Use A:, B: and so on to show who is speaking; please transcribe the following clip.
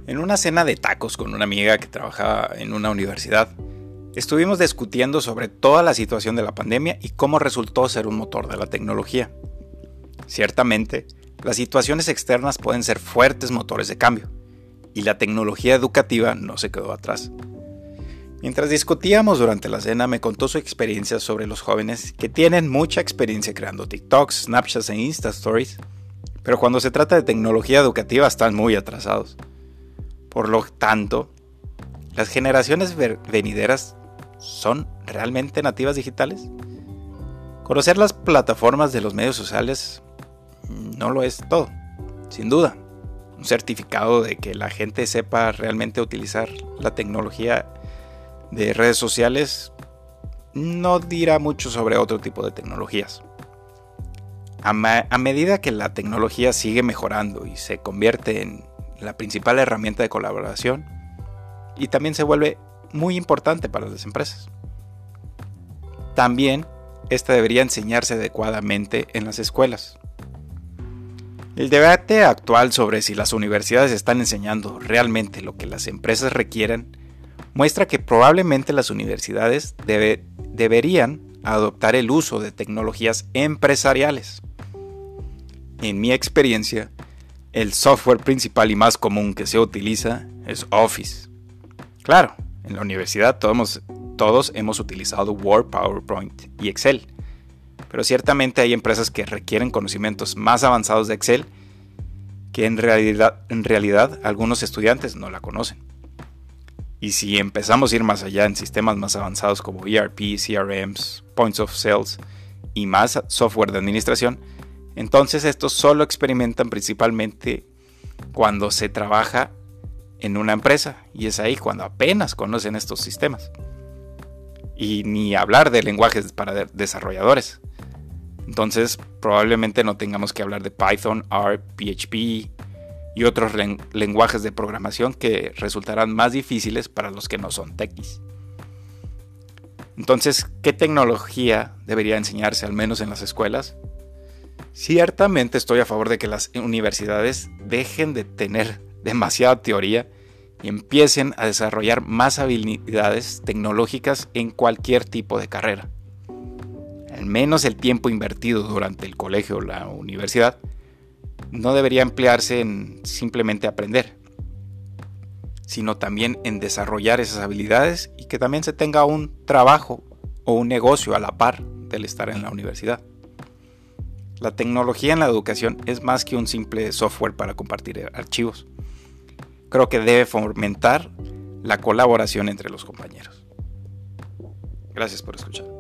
A: En una cena de tacos con una amiga que trabajaba en una universidad, estuvimos discutiendo sobre toda la situación de la pandemia y cómo resultó ser un motor de la tecnología. Ciertamente, las situaciones externas pueden ser fuertes motores de cambio, y la tecnología educativa no se quedó atrás. Mientras discutíamos durante la cena, me contó su experiencia sobre los jóvenes que tienen mucha experiencia creando TikToks, Snapchats e Insta Stories, pero cuando se trata de tecnología educativa están muy atrasados. Por lo tanto, ¿las generaciones venideras son realmente nativas digitales? Conocer las plataformas de los medios sociales no lo es todo, sin duda. Un certificado de que la gente sepa realmente utilizar la tecnología de redes sociales no dirá mucho sobre otro tipo de tecnologías. A medida que la tecnología sigue mejorando y se convierte en la principal herramienta de colaboración, y también se vuelve muy importante para las empresas. También esta debería enseñarse adecuadamente en las escuelas. El debate actual sobre si las universidades están enseñando realmente lo que las empresas requieren muestra que probablemente las universidades deberían adoptar el uso de tecnologías empresariales. En mi experiencia, el software principal y más común que se utiliza es Office. Claro, en la universidad todos hemos utilizado Word, PowerPoint y Excel, pero ciertamente hay empresas que requieren conocimientos más avanzados de Excel que en realidad algunos estudiantes no la conocen. Y si empezamos a ir más allá en sistemas más avanzados como ERP, CRMs, Points of Sales y más software de administración, entonces estos solo experimentan principalmente cuando se trabaja en una empresa, y es ahí cuando apenas conocen estos sistemas. Y ni hablar de lenguajes para desarrolladores. Entonces probablemente no tengamos que hablar de Python, R, PHP y otros lenguajes de programación que resultarán más difíciles para los que no son techies. Entonces, ¿qué tecnología debería enseñarse al menos en las escuelas? Ciertamente estoy a favor de que las universidades dejen de tener demasiada teoría y empiecen a desarrollar más habilidades tecnológicas en cualquier tipo de carrera. Al menos el tiempo invertido durante el colegio o la universidad no debería emplearse en simplemente aprender, sino también en desarrollar esas habilidades y que también se tenga un trabajo o un negocio a la par del estar en la universidad. La tecnología en la educación es más que un simple software para compartir archivos. Creo que debe fomentar la colaboración entre los compañeros. Gracias por escuchar.